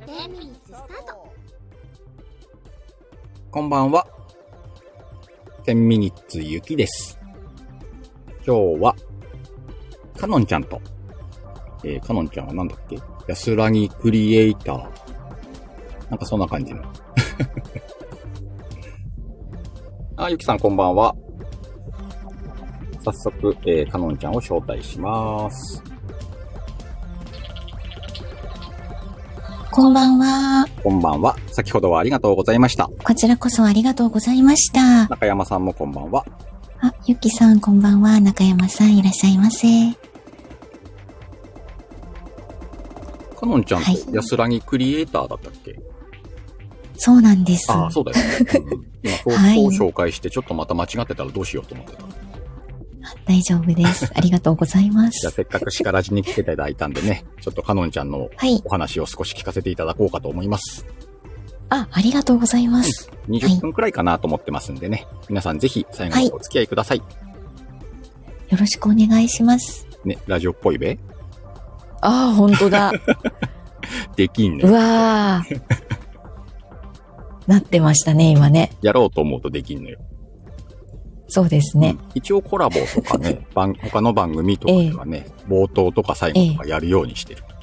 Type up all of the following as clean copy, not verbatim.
10ミニッツスタート。 こんばんは。10ミニッツゆきです。今日は、かのんちゃんと、かのんちゃんはなんだっけ？安らぎクリエイター。なんかそんな感じの。ゆきさんこんばんは。早速、かのんちゃんを招待します。 こんばんは。 こんばんは。先ほどはありがとうございました。 こちらこそありがとうございました。 中山さんもこんばんは。 ゆきさんこんばんは。中山さんいらっしゃいませ。 かのんちゃんって安らぎクリエイターだったっけ？ そうなんです。 そうだよね。今そう紹介してちょっとまた間違ってたらどうしようと思ってた。 大丈夫です。ありがとうございます。 じゃあせっかくしからじに来ていただいたんでね、ちょっとかのんちゃんのお話を少し聞かせていただこうかと思います。 ありがとうございます。 20分くらいかなと思ってますんでね、皆さんぜひ最後までお付き合いください。 よろしくお願いします。 ね、ラジオっぽいべ？ 本当だ。 できんね。 うわー。なってましたね、今ね。 やろうと思うとできんのよ。 そうですね。 一応コラボとかね、他の番組とかではね、冒頭とか最後とかやるようにしてる。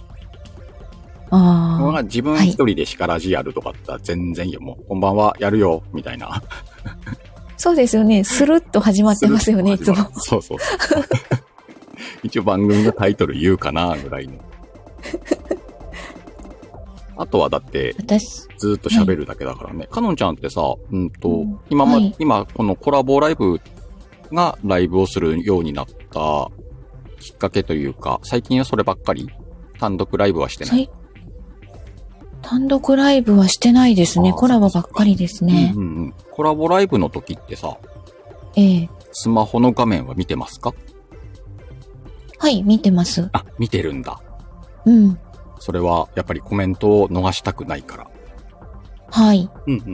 自分一人でしからじやるとかだったら全然よ。もう、こんばんは、やるよ、みたいな。 そうですよね。スルッと始まってますよね、いつも。 そう。一応番組のタイトル言うかな、ぐらいの。あとはだって、ずっと喋るだけだからね。かのんちゃんってさ、今このコラボライブがライブをするようになったきっかけというか、最近はそればっかり？単独ライブはしてない？ 単独ライブはしてないですね。コラボばっかりですね。 コラボライブの時ってさ、スマホの画面は見てますか？ はい、見てます。 見てるんだ。 うん。 それはやっぱりコメントを逃したくないから。 はい。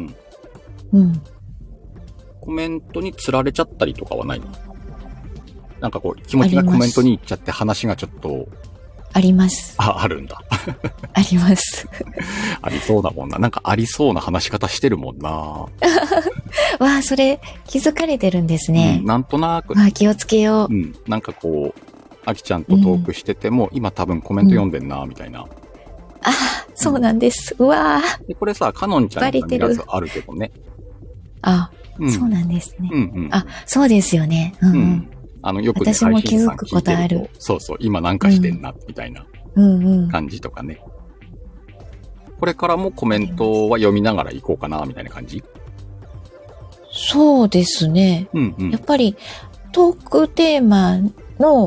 コメントに釣られちゃったりとかはないの？なんかこう気持ちがコメントに行っちゃって話がちょっと。 あります。 あるんだ。 あります。 ありそうだもんな。なんかありそうな話し方してるもんな。わあ、それ気づかれてるんですね。 なんとなく。 気をつけよう。 なんかこう、あきちゃんとトークしてても、今多分コメント読んでんな、みたいな。 そうなんです。うわー。でこれさ、かのんちゃんに限らずあるけどね。 そうなんですね。そうですよね。 よくね、 私も気づくことある。 そう、今なんかしてんな、みたいな感じとかね。これからもコメントは読みながら行こうかな、みたいな感じ？ そうですね。やっぱりトークテーマの、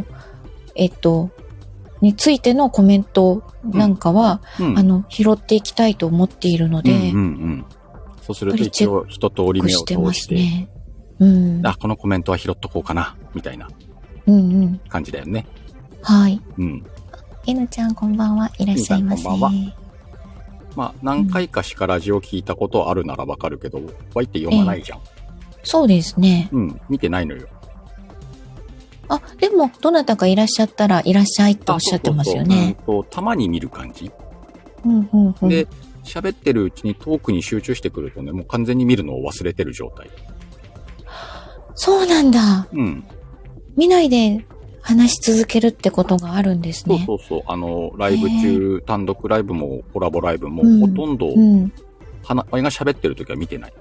についてのコメントなんかは、拾っていきたいと思っているので、 そうすると一応一通り目を通して、このコメントは拾っとこうかな、みたいな感じだよね。 はい。N ちゃんこんばんは、いらっしゃいませ。 こんばんは。何回かしからじを聞いたことあるならわかるけど、わいって読まないじゃん。 そうですね。 見てないのよ。 でも、どなたかいらっしゃったら、いらっしゃいっておっしゃってますよね。 たまに見る感じ。で、喋ってるうちにトークに集中してくるとね、もう完全に見るのを忘れてる状態。 そうなんだ。見ないで話し続けるってことがあるんですね。 そう。ライブ中、単独ライブもコラボライブも、ほとんど、あれが喋ってるときは見てない。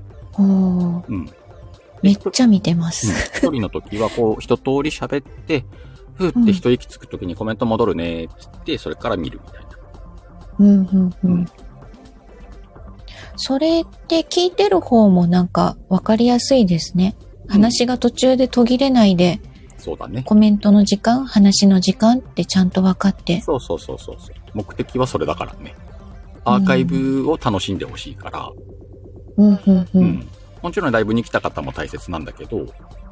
めっちゃ見てます。 一人の時はこう一通り喋って、ふーって一息つく時にコメント戻るねって言って、それから見るみたいな。 それって聞いてる方もなんか分かりやすいですね。話が途中で途切れないで、 そうだね。 コメントの時間、話の時間ってちゃんと分かって。 そう。目的はそれだからね。アーカイブを楽しんでほしいから。もちろんライブに来た方も大切なんだけど、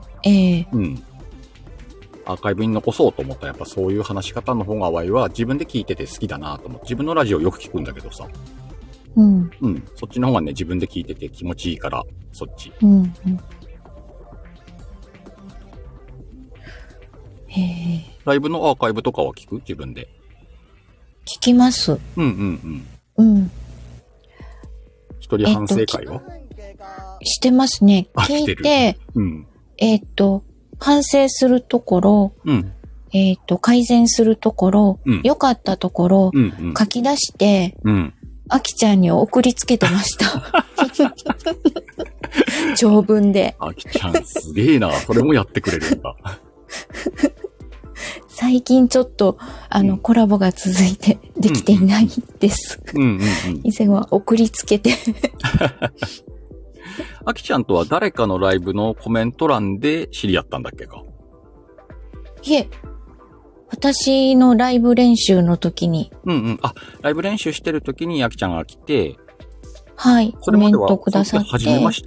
アーカイブに残そうと思ったらやっぱそういう話し方の方がわいは自分で聞いてて好きだなと思って、自分のラジオよく聞くんだけどさ、そっちの方がね自分で聞いてて気持ちいいからそっち。ライブのアーカイブとかは聞く？自分で。 聞きます。 うん。 一人反省会は、 してますね。聞いて、 うん。 反省するところ、 うん。 改善するところ、 うん、 良かったところ、 うんうん、 書き出して、 うん。 あきちゃんに送りつけてました。長文で。 あきちゃんすげえな。それもやってくれるんだ。 最近ちょっと、コラボが続いてできていないです。以前は送りつけて。 あきちゃんとは誰かのライブのコメント欄で知り合ったんだっけか？ いえ、私のライブ練習の時に。 あ、ライブ練習してる時にあきちゃんが来て、 はい、コメントくださって。 初めまして。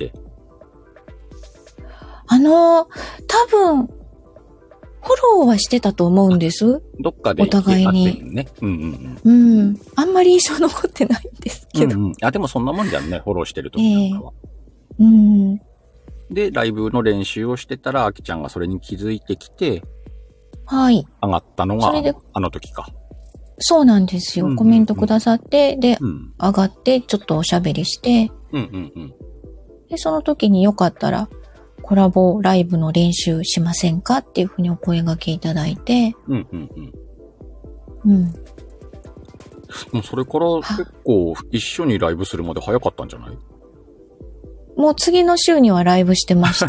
多分、フォローはしてたと思うんです。 どっかで、 お互いに。 ね。 あんまり印象残ってないんですけど。 でもそんなもんじゃんね、フォローしてる時なんかは。で、ライブの練習をしてたら、あきちゃんがそれに気づいてきて、 はい。 上がったのが、あの時か。 そうなんですよ。コメントくださって、で、上がって、ちょっとおしゃべりして、で、その時によかったら、コラボライブの練習しませんかっていうふうにお声掛けいただいて。 もうそれから結構一緒にライブするまで早かったんじゃない？ もう次の週にはライブしてました。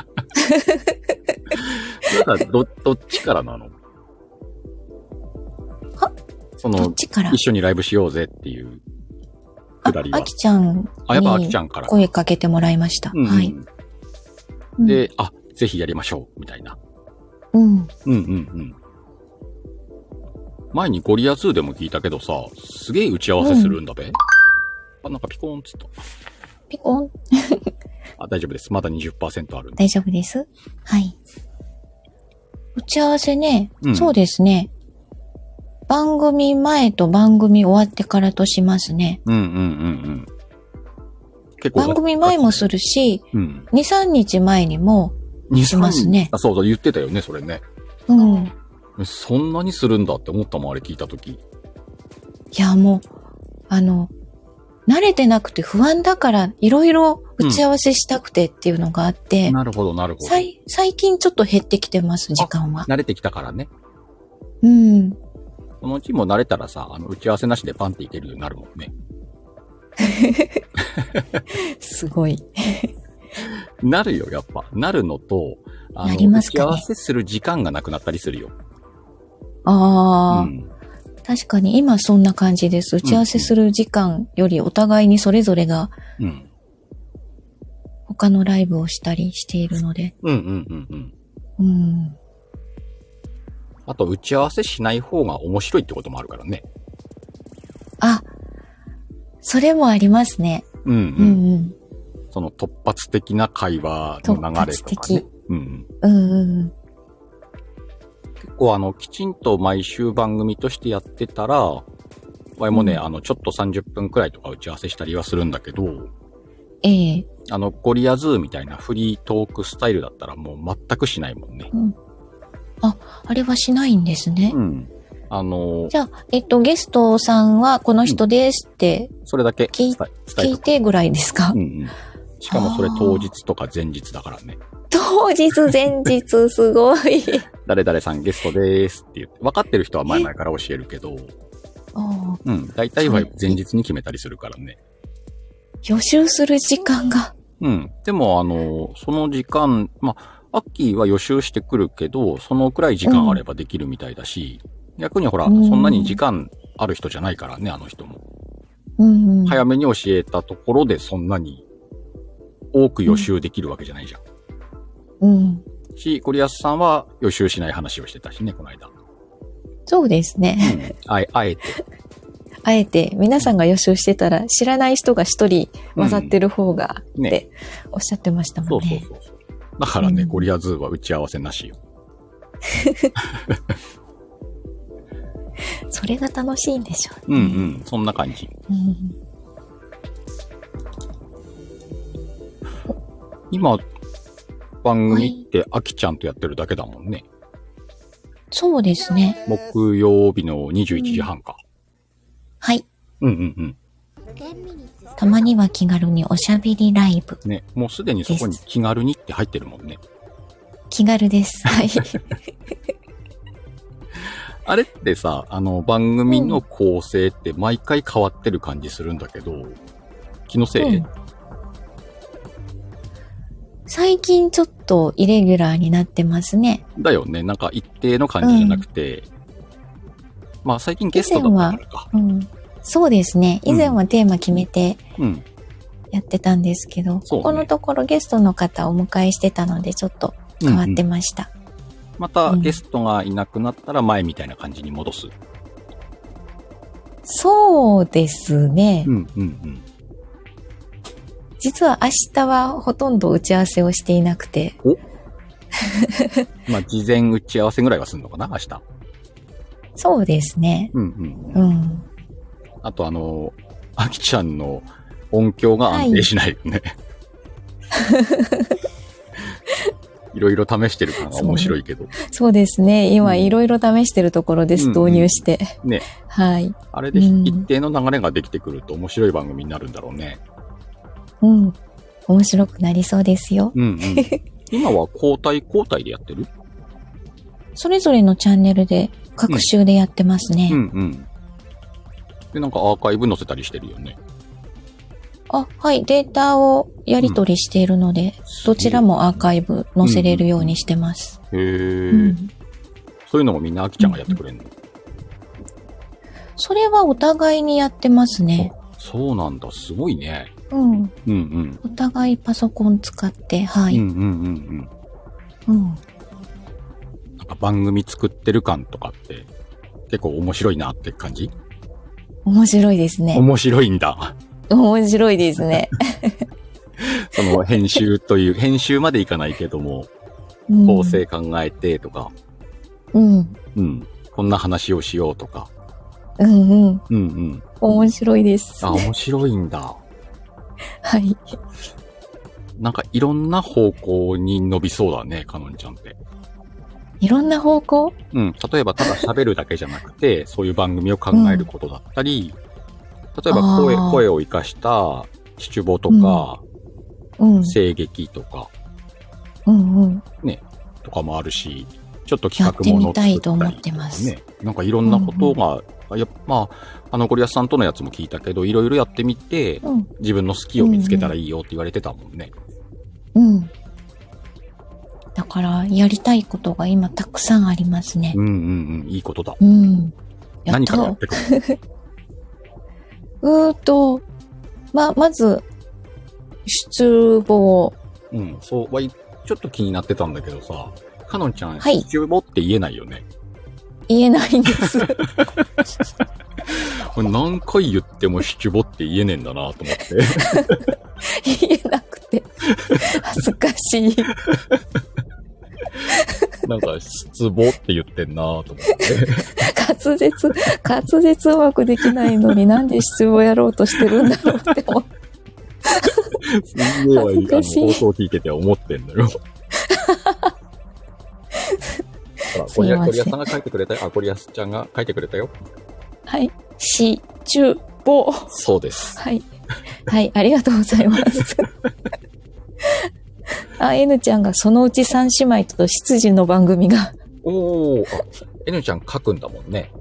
どっちからなの？ どっちから？ 一緒にライブしようぜっていうくだりは。 あきちゃんに声かけてもらいました。はい。 で、ぜひやりましょう、みたいな。前にゴリア2でも聞いたけどさ、すげえ打ち合わせするんだべ。なんかピコーンっつった。 ピコーン大丈夫です。まだ 20% あるんで。 大丈夫です。はい。打ち合わせね、そうですね。番組前と番組終わってからとしますね。結構番組前もするし、2、3日前にもしますね。 そう言ってたよね、それね。そんなにするんだって思ったもん、あれ聞いたとき。いや、もう、慣れてなくて不安だから、いろいろ打ち合わせしたくてっていうのがあって。 なるほど。 最近ちょっと減ってきてます、時間は。 慣れてきたからね。そのうちも慣れたらさ、打ち合わせなしでパンっていけるようになるもんね。 すごい。 なるよ、やっぱ。なるのと、 なりますかね。 打ち合わせする時間がなくなったりするよ。 確かに今そんな感じです。打ち合わせする時間よりお互いにそれぞれが、他のライブをしたりしているので。 あと、打ち合わせしない方が面白いってこともあるからね。 それもありますね。 その突発的な会話の流れとかね。結構きちんと毎週番組としてやってたら、わいもね、ちょっと30分くらいとか打ち合わせしたりはするんだけど、ゴリアズーみたいなフリートークスタイルだったらもう全くしないもんね。 あれはしないんですね。じゃあ、ゲストさんはこの人ですって、 それだけ聞いてぐらいですか？ しかもそれ当日とか前日だからね。 当日前日すごい。 誰々さんゲストですって言って、分かってる人は前々から教えるけど、大体は前日に決めたりするからね。 予習する時間が。 でもその時間、アッキーは予習してくるけど、そのくらい時間あればできるみたいだし、逆にほら、そんなに時間ある人じゃないからね、あの人も。早めに教えたところでそんなに多く予習できるわけじゃないじゃん。ゴリアスさんは予習しない話をしてたしね、この間。 そうですね。 あえて、皆さんが予習してたら、知らない人が一人混ざってる方が、っておっしゃってましたもんね。 そう。だからね、ゴリアズーは打ち合わせなしよ。 それが楽しいんでしょうね。 そんな感じ。今、番組ってあきちゃんとやってるだけだもんね。 そうですね。 木曜日の21時半か。 はい。 うんうんうん。 たまには気軽におしゃべりライブ。 ね、もうすでにそこに気軽にって入ってるもんね。 気軽です。はい。 あれってさ、番組の構成って毎回変わってる感じするんだけど、気のせい、 最近ちょっとイレギュラーになってますね。 だよね。なんか一定の感じじゃなくて、まあ最近ゲストだったからか。 そうですね。以前はテーマ決めてやってたんですけど、ここのところゲストの方をお迎えしてたのでちょっと変わってました。 またゲストがいなくなったら前みたいな感じに戻す。 そうですね。実は明日はほとんど打ち合わせをしていなくて。 まあ事前打ち合わせぐらいはするのかな、明日。 そうですね。あとあきちゃんの音響が安定しないよね。いろいろ試してる感が面白いけど。 そうですね。今いろいろ試してるところです。導入して。 ね。 はい。 あれで一定の流れができてくると面白い番組になるんだろうね。 面白くなりそうですよ。 今は交代でやってる？ それぞれのチャンネルで各週でやってますね。 で、なんかアーカイブ載せたりしてるよね。 はい。データをやり取りしているので、どちらもアーカイブ載せれるようにしてます。 へー。そういうのもみんなあきちゃんがやってくれるの？ それはお互いにやってますね。 そうなんだ。すごいね。 お互いパソコン使って、はい。 なんか番組作ってる感とかって結構面白いなって感じ？ 面白いですね。 面白いんだ。 面白いですね。 その編集までいかないけども、構成考えてとか、こんな話をしようとか。 面白いです。 面白いんだ。 はい。 なんかいろんな方向に伸びそうだね、かのんちゃんって。 いろんな方向？ 例えばただ喋るだけじゃなくて、そういう番組を考えることだったり、例えば声を活かした七五とか、声劇とか、ね、とかもあるし、ちょっと企画ものを作ったりとか、ね、やってみたいと思ってます。なんかいろんなことが、まあ、ゴリアスさんとのやつも聞いたけど、いろいろやってみて、自分の好きを見つけたらいいよって言われてたもんね。 だから、やりたいことが今たくさんありますね。 いいことだ。 何からやってくる？ まず、出没。 そう、ちょっと気になってたんだけどさ、かのんちゃん、出没って言えないよね。 言えないんです。 何回言っても出没って言えねえんだなと思って。 言えなくて、恥ずかしい。 なんか、出没って言ってんなと思って。 滑舌うまくできないのになんで出没やろうとしてるんだろうって思って。 すんげえはいい、放送聞いてて思ってんだよ。ゴリアスさんが書いてくれたよ。ゴリアスちゃんが書いてくれたよ。 はい。出没。 そうです。 はい。はい、ありがとうございます。N ちゃんがそのうち三姉妹と執事の番組が。 N ちゃん書くんだもんね。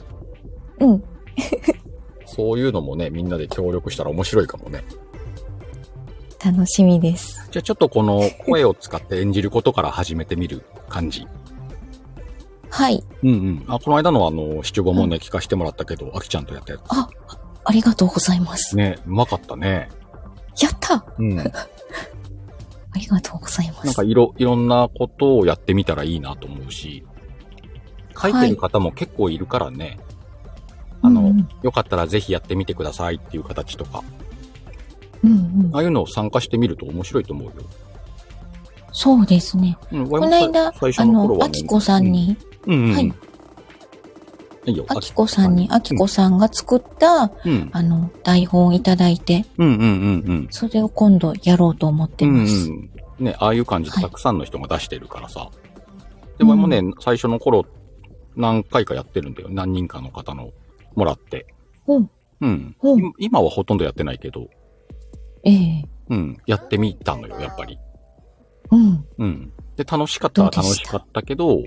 そういうのもね、みんなで協力したら面白いかもね。 楽しみです。 じゃあちょっとこの声を使って演じることから始めてみる感じ。 はい。 この間の七五もね、聞かせてもらったけど、あきちゃんとやったやつ。 ありがとうございます。 ね、うまかったね。 やった！ありがとうございます。 なんかいろんなことをやってみたらいいなと思うし、書いてる方も結構いるからね。よかったらぜひやってみてくださいっていう形とか。ああいうのを参加してみると面白いと思うよ。 そうですね。この間、あきこさんに、はい。あきこさんに、あきこさんが作った、台本をいただいて、それを今度やろうと思ってます。 ね、ああいう感じでたくさんの人が出してるからさ。でもね、最初の頃、何回かやってるんだよ。何人かの方のもらって。 うん。今はほとんどやってないけど。 ええ。 うん。やってみたのよ、やっぱり。 うん。 うん。で、楽しかったは楽しかったけど、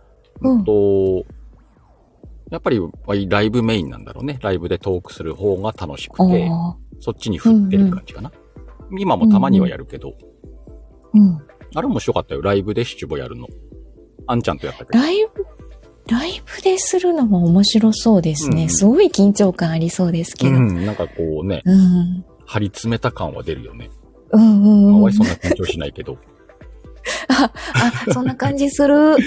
やっぱりライブメインなんだろうね。ライブでトークする方が楽しくて、そっちに振ってる感じかな。今もたまにはやるけど。あれ面白かったよ。ライブで七五やるの。あんちゃんとやったけど。 ライブでするのも面白そうですね。すごい緊張感ありそうですけど。 なんかこうね、張り詰めた感は出るよね。わいそんな緊張しないけど。 そんな感じする。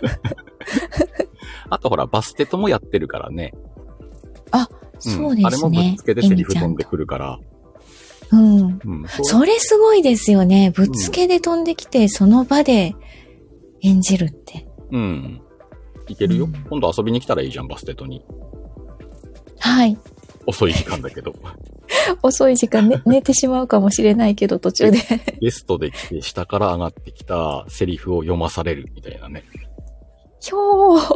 あとほら、バステともやってるからね。 そうですね。 あれもぶっつけでセリフ飛んでくるから。 それすごいですよね。ぶっつけで飛んできて、その場で演じるって。 いけるよ。今度遊びに来たらいいじゃん、バステトに。 はい。 遅い時間だけど。 遅い時間、寝てしまうかもしれないけど、途中で。 ゲストで来て、下から上がってきたセリフを読まされるみたいなね。 ひょー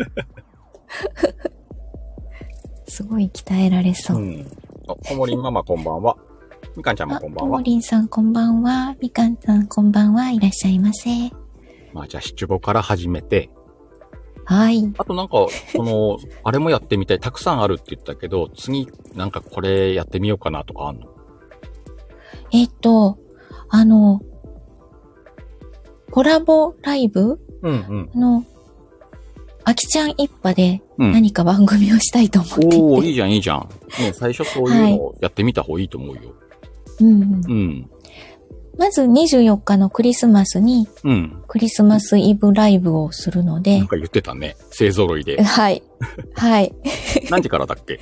すごい鍛えられそう。 ともりんママこんばんは。みかんちゃんもこんばんは。 ともりんさんこんばんは。みかんさんこんばんは。いらっしゃいませ。 まあじゃあ七五から始めて。 はい。 あとなんか、あれもやってみたい。たくさんあるって言ったけど、次なんかこれやってみようかなとかあんの？ コラボライブあきちゃん一派で何か番組をしたいと思っていて。 いいじゃん、いいじゃん。ね、最初そういうのをやってみた方がいいと思うよ。 まず24日のクリスマスに、クリスマスイブライブをするので。 なんか言ってたね。勢揃いで。 はい。はい。 何時からだっけ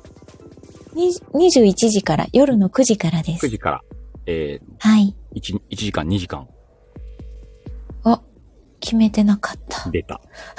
？21時から、夜の9時からです。 9時から。 はい。 1時間、2時間。 決めてなかった。 出た。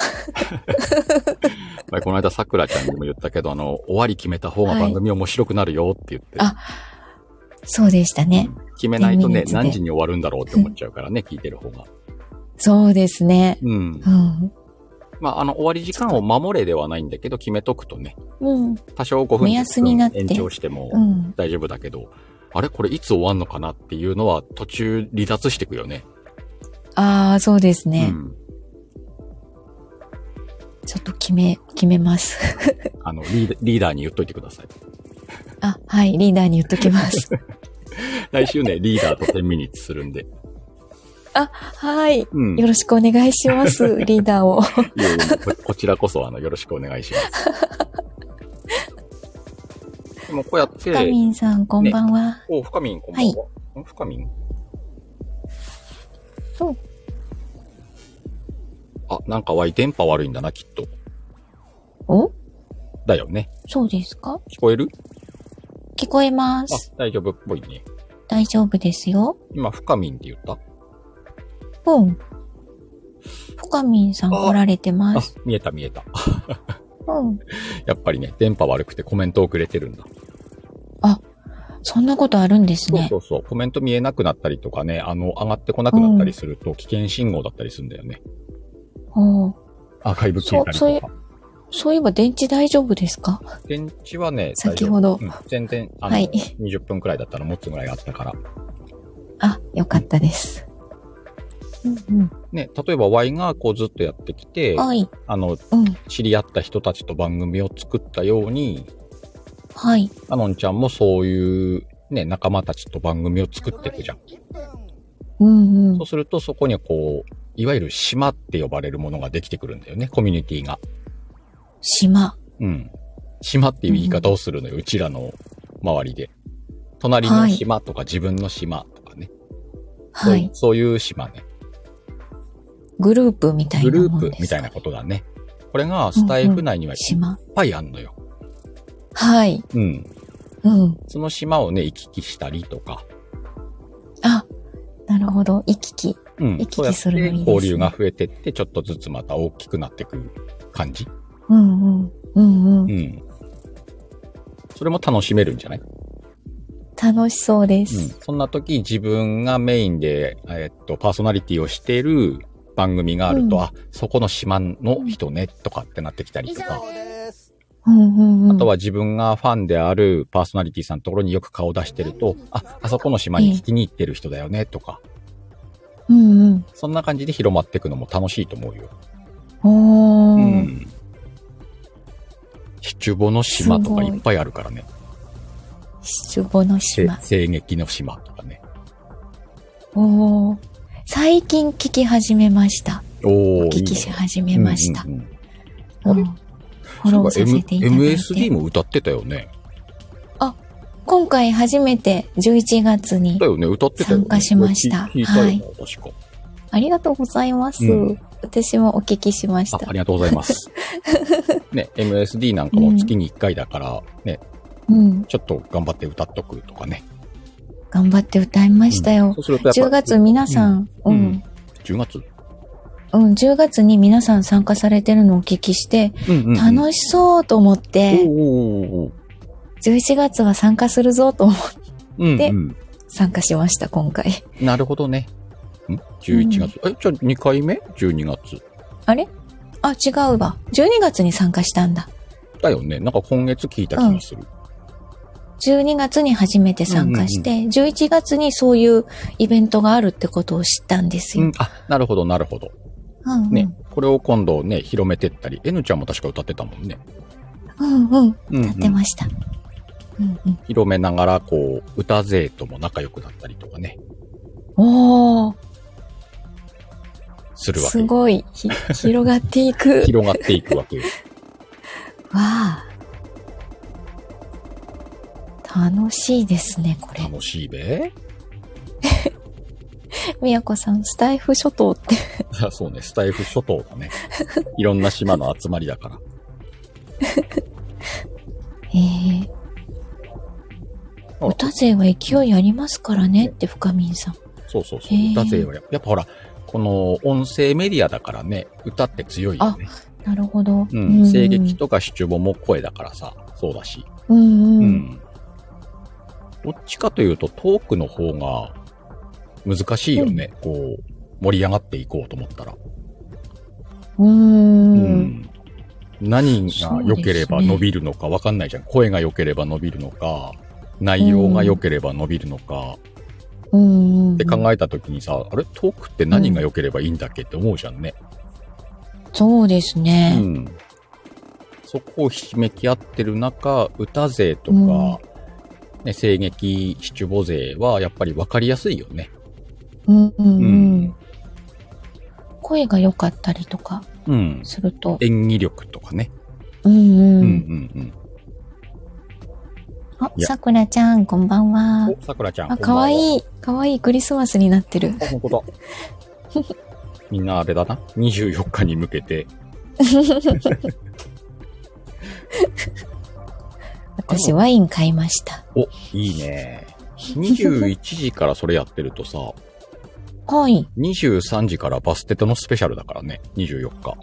この間、さくらちゃんにも言ったけど、終わり決めた方が番組面白くなるよって言って。 そうでしたね。 決めないとね、何時に終わるんだろうって思っちゃうからね、聞いてる方が。 そうですね。 まあ、終わり時間を守れではないんだけど、決めとくとね。多少5分、 目安になって延長しても大丈夫だけど、あれこれいつ終わんのかなっていうのは途中離脱してくよね。 そうですね。ちょっと決めます。 リーダーに言っといてください。 はい、リーダーに言っときます。 来週ね、リーダーと10ミニッツするんで。 はい。よろしくお願いします、リーダーを。 いやこちらこそよろしくお願いします。でもこうやって。 深みんさん、こんばんは。 深みん、こんばんは。深みん？ そう。 なんか電波悪いんだな、きっと。だよね。 そうですか？ 聞こえる？ 聞こえます。 大丈夫っぽいね。 大丈夫ですよ。 今、深みんって言った？ 深みんさん来られてます。 見えた。やっぱりね、電波悪くてコメント遅れてるんだ。 そんなことあるんですね。 そう。コメント見えなくなったりとかね、上がってこなくなったりすると危険信号だったりするんだよね。アーカイブ消えたりとか。 そういえば電池大丈夫ですか？ 電池はね、 先ほど。 全然、20分くらいだったら持つぐらいあったから。 よかったです。 ね、例えば Y がずっとやってきて、知り合った人たちと番組を作ったように、かのんちゃんもそういうね、仲間たちと番組を作っていくじゃん。そうするとそこにいわゆる島って呼ばれるものができてくるんだよね、コミュニティが。 島。 島っていう言い方をするのよ、うちらの周りで。隣の島とか自分の島とかね。そういう島ね。 グループみたいなものですか？ グループみたいなことだね。これがスタイフ内にはいっぱいあんのよ。その島をね、行き来したりとか。 なるほど。行き来するのいいですね。 交流が増えてって、ちょっとずつまた大きくなってくる感じ。それも楽しめるんじゃない？ 楽しそうです。 そんな時、自分がメインで、パーソナリティをしている番組があると、そこの島の人ね、とかってなってきたりとか。 あとは自分がファンであるパーソナリティさんのところによく顔出してると、あそこの島に聞きに行ってる人だよね、とか。そんな感じで広まっていくのも楽しいと思うよ。七五の島とかいっぱいあるからね。 七五の島。 声劇の島とかね。 最近聞き始めました。お聞きし始めました。フォローさせていただいて。 MSD も歌ってたよね。 今回初めて11月に参加しました。はい。確か。ありがとうございます。私もお聞きしました。 ありがとうございます。ね、MSD なんかも月に1回だからね、ちょっと頑張って歌っとくとかね。 頑張って歌いましたよ。10月皆さん、 10月 10月に皆さん参加されてるのをお聞きして、楽しそうと思って、11月は参加するぞと思って参加しました、今回。 なるほどね。11月。じゃあ2回目 ?12 月。 あれ違うわ。12月に参加したんだ。 だよね。なんか今月聞いた気がする。 12月に初めて参加して、11月にそういうイベントがあるってことを知ったんですよ。 なるほど、なるほど。ね、これを今度ね、広めてったり、N ちゃんも確か歌ってたもんね。 歌ってました。 広めながら、こう、歌勢とも仲良くなったりとかね。するわけ。 すごい、広がっていく。 広がっていくわけよ。 楽しいですね、これ。 楽しいべ。 みやこさん、スタイフ諸島って。 そうね、スタイフ諸島だね。いろんな島の集まりだから。 歌勢は勢いありますからねって深民さん。 そう。歌勢はやっぱほら、この音声メディアだからね、歌って強いよね。 なるほど。 声劇とか七五も声だからさ、そうだし。どっちかというとトークの方が難しいよね。こう、盛り上がっていこうと思ったら。何が良ければ伸びるのか分かんないじゃん。声が良ければ伸びるのか、内容が良ければ伸びるのか。って考えたときにさ、あれトークって何が良ければいいんだっけって思うじゃんね。 そうですね。 そこをひしめき合ってる中、歌勢とか、ね、声劇七五勢はやっぱり分かりやすいよね。声が良かったりとかすると。 演技力とかね。 さくらちゃん、こんばんは。 さくらちゃん。 かわいい。かわいいクリスマスになってる。 ほんとだ。みんなあれだな。24日に向けて。 私ワイン買いました。 いいね。21時からそれやってるとさ。 はい。 23時からバステとのスペシャルだからね。24日。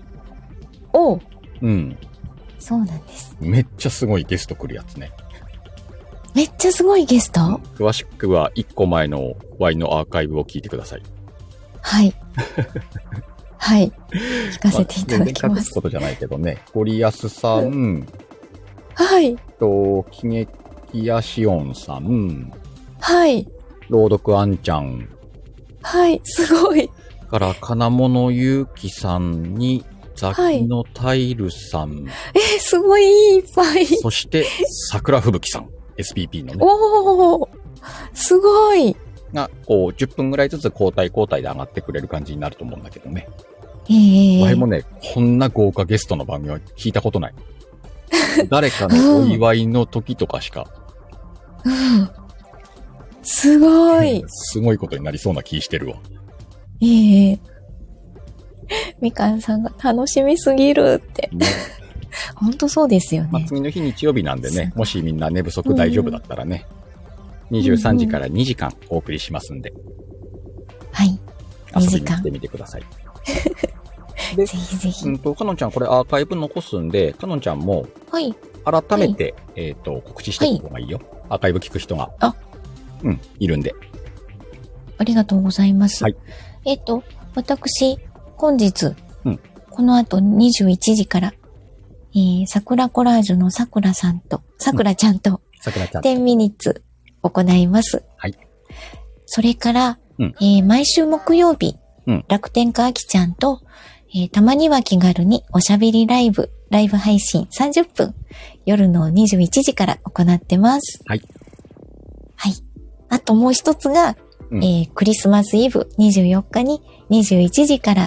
そうなんです。 めっちゃすごいゲスト来るやつね。 めっちゃすごいゲスト？ 詳しくは1個前のワインのアーカイブを聞いてください。 はい。はい。聞かせていただきます。 全然隠すことじゃないけどね。ゴリアスさん。 はい。 喜劇やしおんさん。 はい。 朗読あんちゃん。 はい。すごい。 から、金物ゆうきさんに、ザキのタイルさん。 すごいいっぱい。 そして、桜吹雪さん。SPP のね。 すごい。 が、こう、10分ぐらいずつ交代交代で上がってくれる感じになると思うんだけどね。前もね、こんな豪華ゲストの番組は聞いたことない。誰かのお祝いの時とかしか。 すごい。 すごいことになりそうな気してるわ。 みかんさんが楽しみすぎるって。本当そうですよね。 次の日日曜日なんでね、もしみんな寝不足大丈夫だったらね、23時から2時間お送りしますんで。 はい。 遊びに来てみてください。 ぜひぜひ。 かのんちゃんこれアーカイブ残すんで、かのんちゃんも、改めて、告知していく方がいいよ。アーカイブ聞く人が。いるんで。 ありがとうございます。私、本日、この後21時から、 さくらコラージュのさくらさんと、さくらちゃんと、10ミニッツ行います。 はい。 それから、毎週木曜日、楽天家あきちゃんと、たまには気軽におしゃべりライブ配信30分、夜の21時から行ってます。 はい。 はい。あともう一つが、クリスマスイブ24日に21時から、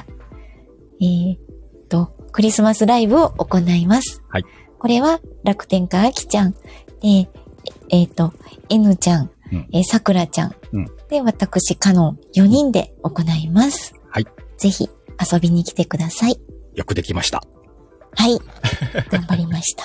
クリスマスライブを行います。 はい。 これは楽天家あきちゃん、で、N ちゃん、さくらちゃん、で、私、カノン4人で行います。 はい。 ぜひ遊びに来てください。 よくできました。 はい。頑張りました。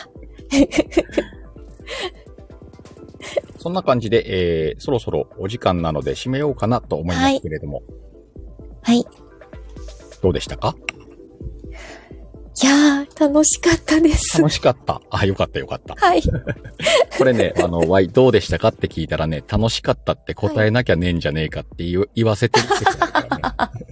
そんな感じで、そろそろお時間なので締めようかなと思いますけれども。 はい。 どうでしたか？ いやー、楽しかったです。 楽しかった。あ、よかったよかった。 はい。 これね、どうでしたかって聞いたらね、楽しかったって答えなきゃねえんじゃねえかって言わせてるってことだからね。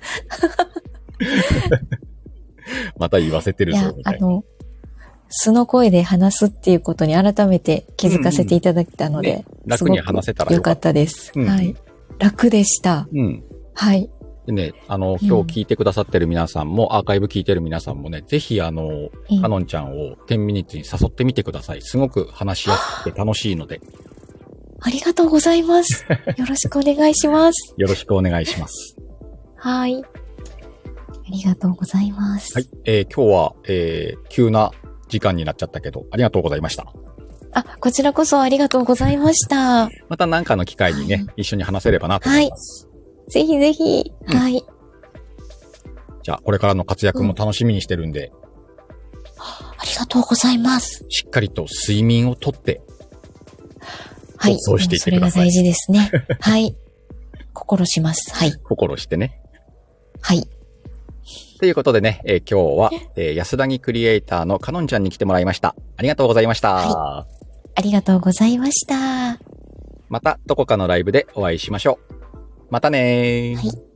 また言わせてるぞ、みたいな。 素の声で話すっていうことに改めて気づかせていただいたので、 楽に話せたらよかったです。はい。楽でした。はい。 でね、今日聞いてくださってる皆さんも、アーカイブ聞いてる皆さんもね、ぜひカノンちゃんを10ミニッツに誘ってみてください。すごく話しやすくて楽しいので。 ありがとうございます。よろしくお願いします。 よろしくお願いします。 はい。ありがとうございます。 はい。今日は、急な時間になっちゃったけど、ありがとうございました。 あ、こちらこそありがとうございました。 また何かの機会にね、一緒に話せればなと思います。 はい。ぜひぜひ。はい。 じゃあ、これからの活躍も楽しみにしてるんで。 ありがとうございます。 しっかりと睡眠をとって、 はい。 そうしていってください。 それが大事ですね。はい。心します。はい。 心してね。 はい。 ということでね、今日は、安らぎクリエイターのカノンちゃんに来てもらいました。ありがとうございました。 はい。ありがとうございました。 またどこかのライブでお会いしましょう。またねー。 はい。